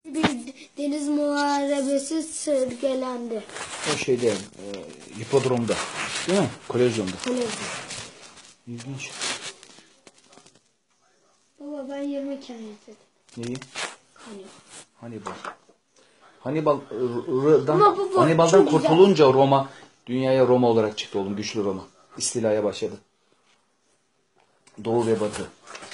Bir deniz muharebesi sürgelendi. O şeyde hipodromda. Değil mi? Kolezyonda. Kolezyon. İlginç. Baba ben 20 kere izledim. Neyi? Hannibal. Hannibal'dan çok kurtulunca Roma dünyaya Roma olarak çıktı oğlum. Güçlü Roma. İstilaya başladı. Doğu ve Batı.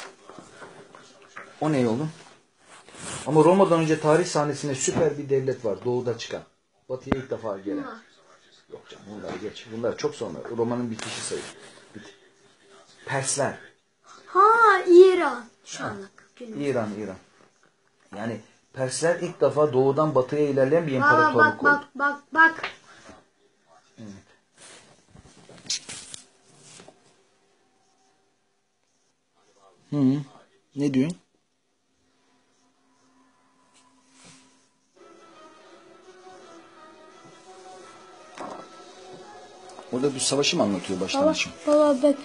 O ne oğlum? Ama Roma'dan önce tarih sahnesinde süper bir devlet var. Doğuda çıkan. Batı'ya ilk defa gelen. Yok canım bunları geç. Bunlar çok sonra. Roma'nın bitişi sayılır. Persler. İran. Şu anlık. İran. Yani Persler ilk defa doğudan batıya ilerleyen bir imparatorluk oldu. Bak. Evet. Ne diyorsun? Orada bir savaşı mı anlatıyor başlangıç? Baba bak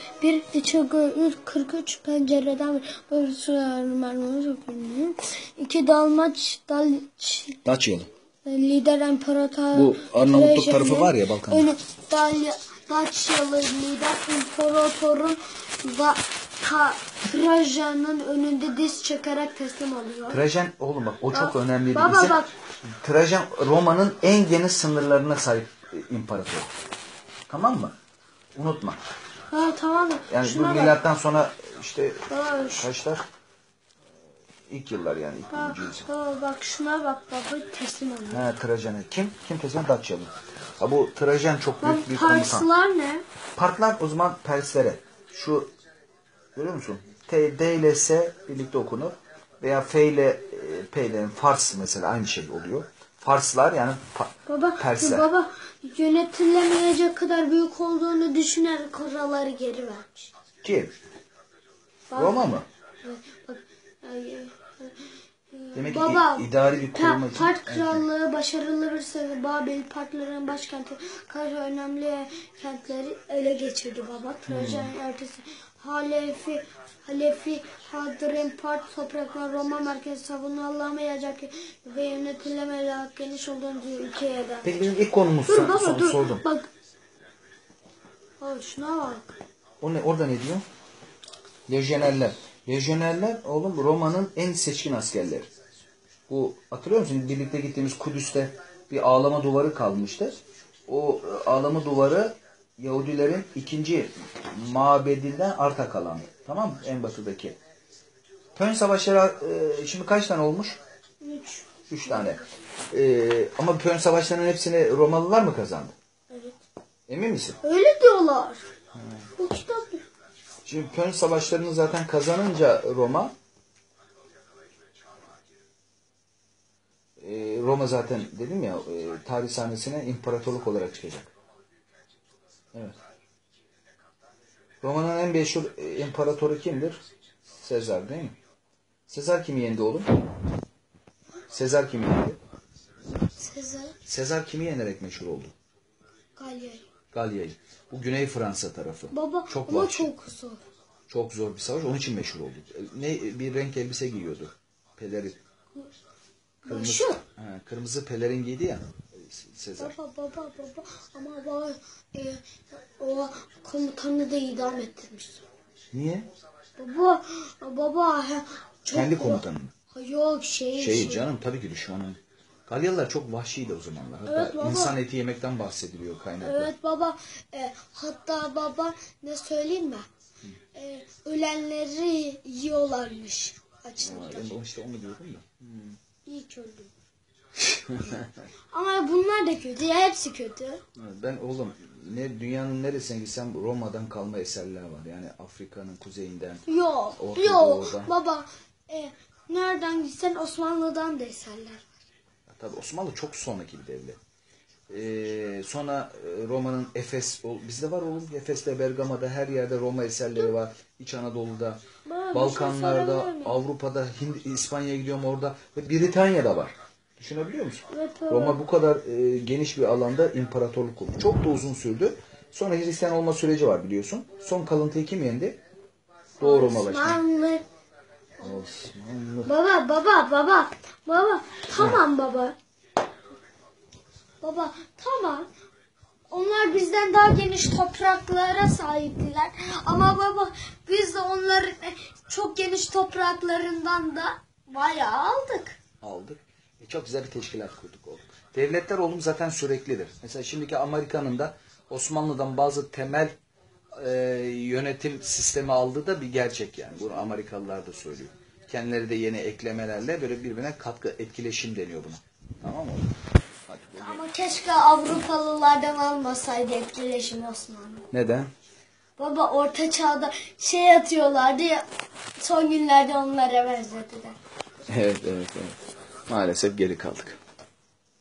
43 pencereden bir mermi sokuyor. 2 Daçyalı. lider imparator. Bu Arnavutluk tarafı var ya Balkan'da. Daçyalı lider imparatorun da Trajan'ın önünde diz çökerek teslim oluyor. Trajan oğlum bak o çok önemli bir baba, isim. bak. Trajan Roma'nın en geniş sınırlarına sahip imparator. Tamam mı? Unutma. Tamam. Yani bu milattan sonra işte kaçlar? İlk yıllar yani. İlk yüzyıl. Bak şuna bak baba teslim oluyor. Trajan'ı. Kim teslim? Daçyalı. Bu Trajan çok büyük bir komutan. Persler ne? Partlar o zaman Perslere. Şu görüyor musun? D ile S birlikte okunur. Veya F ile P ile Fars mesela aynı şey oluyor. Farslar yani Persler. Baba yönetilemeyecek kadar büyük olduğunu düşünen kraları geri vermiş. Kim? Roma mı? Demek ki idari bir kurulma için. Part krallığı başarılı bir sefer Babil Partların başkenti kadar önemli kentleri ele geçirdi baba. Trajan ertesi Halefi Hadrin Part topraklar Roma merkezi savunamayacak ve yönetilemeyecek geniş olduğunu ülkeye eder. Peki bizim ilk konumuz sordum. Bak. Şuna bak. O ne? Orada ne diyor? Lejyonerler. Lejyonerler oğlum Roma'nın en seçkin askerleri. Bu hatırlıyor musun? Birlikte gittiğimiz Kudüs'te bir ağlama duvarı kalmıştı. O ağlama duvarı Yahudilerin ikinci mabedinden arta kalandı. Tamam mı? En batıdaki. Pön savaşları şimdi kaç tane olmuş? 3 tane. Ama Pön savaşlarının hepsini Romalılar mı kazandı? Evet. Emin misin? Öyle diyorlar. Bu kitap. Şimdi Pön savaşlarını zaten kazanınca Roma zaten dedim ya tarih sahnesine imparatorluk olarak çıkacak. Evet. Roma'nın en meşhur imparatoru kimdir? Sezar değil mi? Sezar kimi yendi oğlum? Sezar kimi yendi? Sezar kimi yenerek meşhur oldu? Galya'yı. Bu Güney Fransa tarafı. Baba çok ama vahşi. çok zor. Çok zor bir savaş. Onun için meşhur oldu. Bir renk elbise giyiyordu. Pelerin. Kırmızı pelerin giydi ya Sezar. Baba ama o komutanı da idam ettirmiş. Niye? Baba çok kendi komutanını. Yok canım tabii ki düşmanın. Galyalılar çok vahşiydi o zamanlar. Hatta evet, insan eti yemekten bahsediliyor kaynakta. Evet baba. Hatta baba ne söyleyeyim mi? Ölenleri yiyorlarmış açlıktan. İşte onu diyordum da. İyi ki öldüm. Ama bunlar da kötü. Ya hepsi kötü. Ben oğlum dünyanın neresine gitsem Roma'dan kalma eserler var. Yani Afrika'nın kuzeyinden. Yok. Baba nereden gitsen Osmanlı'dan da eserler var. Tabii Osmanlı çok sonraki bir devlet. Sonra Roma'nın Efes, bizde var oğlum Efes'te, Bergama'da her yerde Roma eserleri var. İç Anadolu'da, Balkanlar'da, Avrupa'da, İspanya'ya gidiyorum orada ve Britanya'da var. Düşünebiliyor musun? Evet. Roma bu kadar geniş bir alanda imparatorluk kurdu. Çok da uzun sürdü. Sonra Hristiyan olma süreci var biliyorsun. Son kalıntıyı kim yendi? Doğu Roma başkanı. Osmanlı. Baba. Tamam baba. Baba tamam. Onlar bizden daha geniş topraklara sahiptiler. Ama baba biz de onların çok geniş topraklarından da bayağı aldık. Aldık. Çok güzel bir teşkilat kurduk oğlum. Devletler oğlum zaten süreklidir. Mesela şimdiki Amerika'nın da Osmanlı'dan bazı temel yönetim sistemi aldığı da bir gerçek yani. Bunu Amerikalılar da söylüyor. Kendileri de yeni eklemelerle böyle birbirine katkı, etkileşim deniyor buna. Tamam mı? Hadi Ama keşke Avrupalılardan almasaydı etkileşim Osmanlı. neden? Baba orta çağda şey atıyorlardı ya, son günlerde onlara benzediler. Evet. Maalesef geri kaldık.